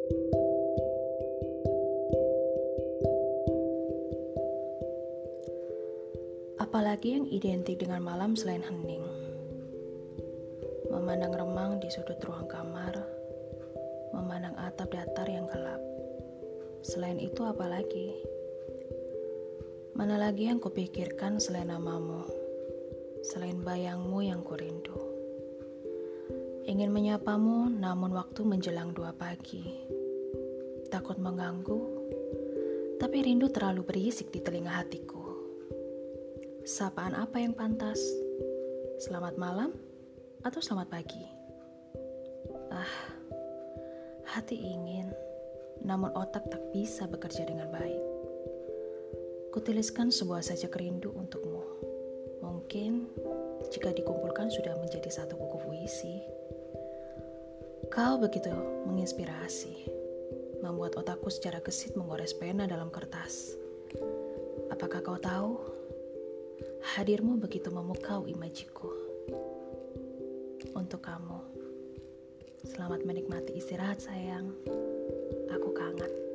Apalagi yang identik dengan malam selain hening. Memandang remang di sudut ruang kamar, memandang atap datar yang gelap. Selain itu apalagi? Mana lagi yang kupikirkan selain namamu, selain bayangmu yang kurindu. Ingin menyapamu namun waktu menjelang 2 pagi. Takut mengganggu, tapi rindu terlalu berisik di telinga hatiku. Sapaan apa yang pantas? Selamat malam atau selamat pagi? Hati ingin, namun otak tak bisa bekerja dengan baik. Kutuliskan sebuah sajak rindu untukmu. Mungkin jika dikumpulkan sudah menjadi satu buku puisi. Kau begitu menginspirasi, membuat otakku secara gesit menggores pena dalam kertas. Apakah kau tahu? Hadirmu begitu memukau imajiku. Untuk kamu, selamat menikmati istirahat sayang. Aku kangen.